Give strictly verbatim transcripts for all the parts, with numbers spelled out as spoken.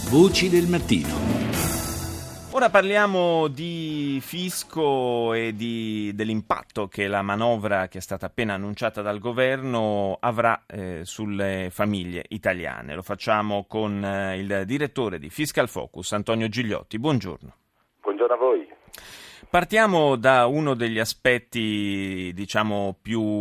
Voci del mattino. Ora parliamo di fisco e di, dell'impatto che la manovra che è stata appena annunciata dal governo avrà eh, sulle famiglie italiane. Lo facciamo con eh, il direttore di Fiscal Focus, Antonio Gigliotti. Buongiorno. Buongiorno a voi. Partiamo da uno degli aspetti, diciamo,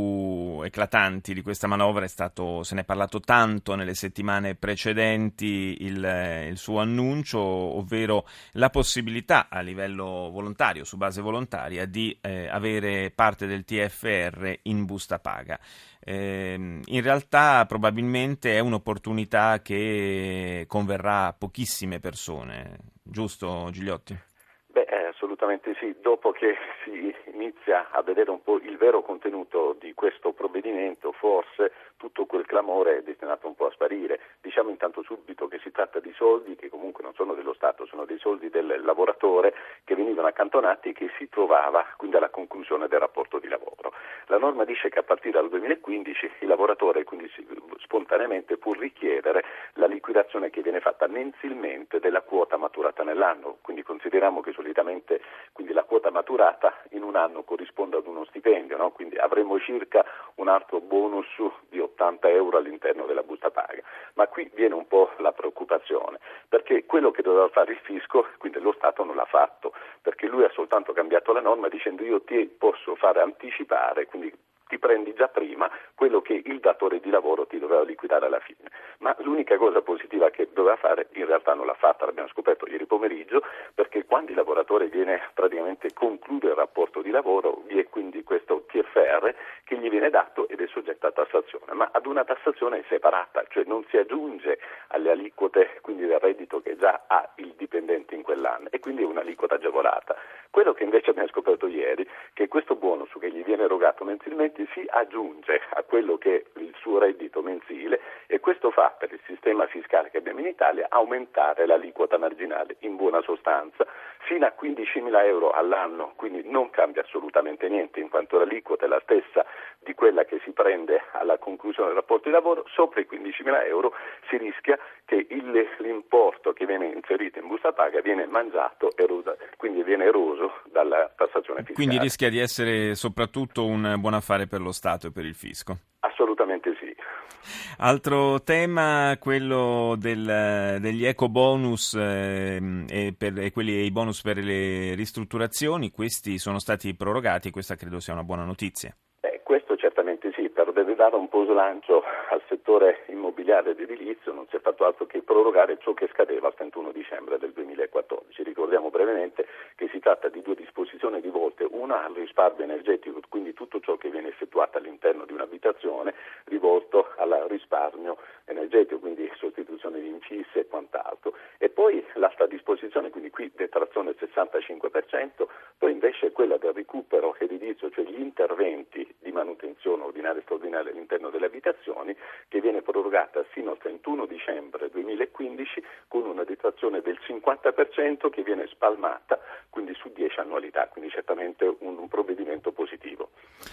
più eclatanti di questa manovra. È stato, se ne è parlato tanto nelle settimane precedenti, il, il suo annuncio, ovvero la possibilità a livello volontario, su base volontaria, di eh, avere parte del T F R in busta paga. Eh, in realtà probabilmente è un'opportunità che converrà a pochissime persone, giusto Gigliotti? Beh, eh, assolutamente sì. Dopo che si inizia a vedere un po' il vero contenuto di questo provvedimento, forse tutto quel clamore è destinato un po' a sparire. Diciamo intanto subito che si tratta di soldi che comunque non sono dello Stato, sono dei soldi del lavoratore che venivano accantonati e che si trovava quindi alla conclusione del rapporto di lavoro. La norma dice che a partire dal duemilaquindici il lavoratore quindi spontaneamente può richiedere la liquidazione che viene fatta mensilmente della quota maturata nell'anno, quindi consideriamo che solitamente quindi la quota maturata in un anno corrisponde ad uno stipendio, no? Quindi avremo circa un altro bonus di ottanta euro all'interno della busta paga, ma qui viene un po' la preoccupazione, perché quello che doveva fare il fisco, quindi lo Stato non l'ha fatto, perché lui ha soltanto cambiato la norma dicendo io ti posso fare anticipare, quindi ti prendi già prima quello che il datore di lavoro ti doveva liquidare alla fine. Ma l'unica cosa positiva che doveva fare in realtà non l'ha fatta, l'abbiamo scoperto ieri pomeriggio, perché quando il lavoratore viene praticamente conclude il rapporto di lavoro vi è quindi questo T F R che gli viene dato ed è soggetto a tassazione, ma ad una tassazione separata, cioè non si aggiunge alle aliquote quindi del reddito che già ha il dipendente in quell'anno e quindi è un'aliquota agevolata. Quello che invece abbiamo scoperto ieri, che questo bonus che gli viene erogato mensilmente si aggiunge a quello che è il suo reddito mensile e questo fa per il sistema fiscale che abbiamo in Italia aumentare l'aliquota marginale, in buona sostanza fino a quindicimila euro all'anno, quindi non cambia assolutamente niente in quanto l'aliquota è la stessa di quella che si prende alla conclusione del rapporto di lavoro. Sopra i quindicimila euro si rischia che il, l'importo che viene inserito in busta paga viene mangiato, erosa, quindi viene eroso dalla tassazione fiscale. Quindi rischia di essere soprattutto un buon affare per lo Stato e per il fisco? Assolutamente sì. Altro tema, quello del, degli eco bonus eh, e, per, e quelli e i bonus per le ristrutturazioni. Questi sono stati prorogati, questa credo sia una buona notizia. Beh, questo certamente sì, per deve dare un po' slancio al settore immobiliare ed edilizio non si è fatto altro che prorogare ciò che scadeva al trentuno dicembre del duemilaquattordici. Ricordiamo brevemente che si tratta di due disposizioni rivolte, una al risparmio energetico, quindi tutto ciò che viene effettuato all'interno di un'abitazione rivolto al risparmio energetico, quindi sostituzione di incisse e quant'altro, e poi l'altra disposizione, quindi qui detrazione sessantacinque per cento, poi invece quella del recupero edilizio, cioè gli interventi di manutenzione ordinaria e straordinaria all'interno delle abitazioni, che viene prorogata fino al trentuno dicembre duemilaquindici con una detrazione del cinquanta per cento che viene spalmata quindi su dieci annualità, quindi certamente un, un provvedimento positivo.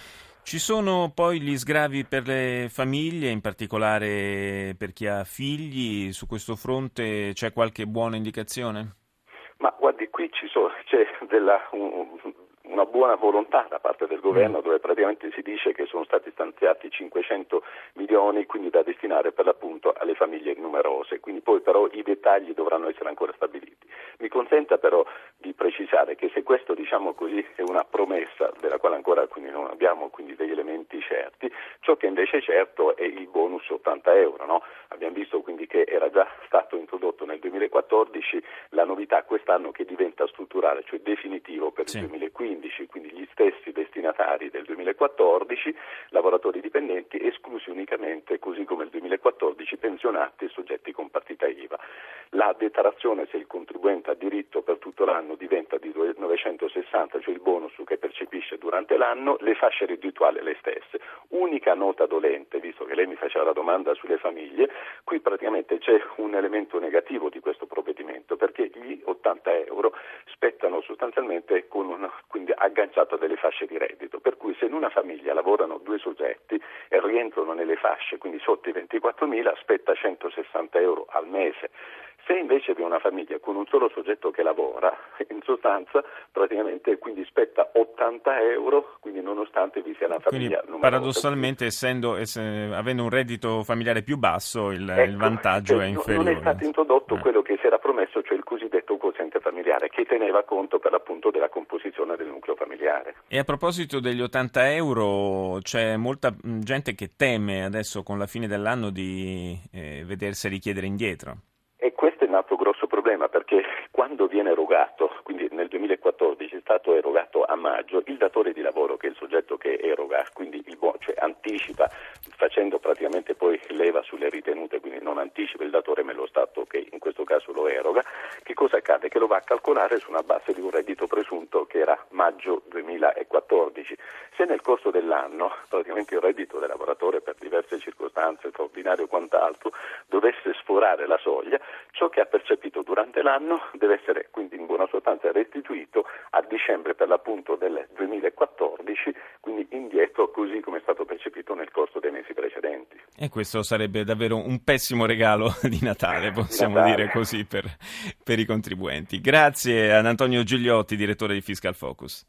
Ci sono poi gli sgravi per le famiglie, in particolare per chi ha figli. Su questo fronte c'è qualche buona indicazione? Ma guardi, qui ci sono, c'è della, un, una buona volontà da parte del governo, dove praticamente si dice che sono stati stanziati cinquecento milioni, quindi da destinare per l'appunto alle famiglie numerose, quindi poi però i dettagli dovranno essere ancora stabiliti. Mi consenta però di precisare che se questo, diciamo così, è una promessa della quale ancora quindi non abbiamo quindi degli elementi certi, ciò che invece è certo è il bonus ottanta euro, no? Abbiamo visto quindi che era già stato introdotto nel duemilaquattordici, la novità quest'anno che diventa strutturale, cioè definitivo per sì. il duemilaquindici, quindi gli stessi destinatari del duemilaquattordici, lavoratori dipendenti, esclusi unicamente, così come il duemilaquattordici, pensionati e soggetti con partita I V A. La detrazione, se il contribuente ha diritto per tutto l'anno, diventa di novecentosessanta, cioè il bonus che percepisce durante l'anno, le fasce reddituali le stesse. Unica nota dolente, visto che lei mi faceva la domanda sulle famiglie, qui praticamente c'è un elemento negativo di questo provvedimento, perché gli ottanta euro spettano sostanzialmente con un, quindi agganciato a delle fasce di reddito, per cui se in una famiglia lavorano due soggetti e rientrano nelle fasce, quindi sotto i ventiquattromila, spetta centosessanta euro al mese. Se invece vi è una famiglia con un solo soggetto che lavora, in sostanza praticamente quindi spetta ottanta euro, quindi nonostante vi sia una famiglia Quindi numerosa. paradossalmente, essendo, ess- avendo un reddito familiare più basso, il, Ecco, il vantaggio eh, è no- inferiore. non è stato introdotto Eh. quello che si era promesso, cioè il cosiddetto quoziente familiare, che teneva conto per l'appunto della composizione del nucleo familiare. E a proposito degli ottanta euro, c'è molta mh, gente che teme adesso con la fine dell'anno di eh, vederseli chiedere indietro. E questo è un altro grosso problema, perché quando viene erogato, quindi nel duemilaquattordici è stato erogato a maggio, il datore di lavoro, che è il soggetto che eroga, quindi il buon, cioè anticipa, facendo praticamente poi leva sulle ritenute, quindi non anticipa il datore ma è lo Stato che in questo caso lo eroga, che cosa accade? Che lo va a calcolare su una base di un reddito presunto che era maggio duemilaquattordici. Se nel corso dell'anno praticamente il reddito del lavoratore per diverse circostanze, straordinario o quant'altro, dovesse sforare la soglia, ciò che ha percepito durante l'anno deve essere quindi in buona sostanza restituito a dicembre per l'appunto del duemilaquattordici, quindi indietro così come è stato percepito nel corso dei mesi precedenti. E questo sarebbe davvero un pessimo regalo di Natale, possiamo Natale. dire così, per, per i contribuenti. Grazie ad Antonio Gigliotti, direttore di Fiscal Focus.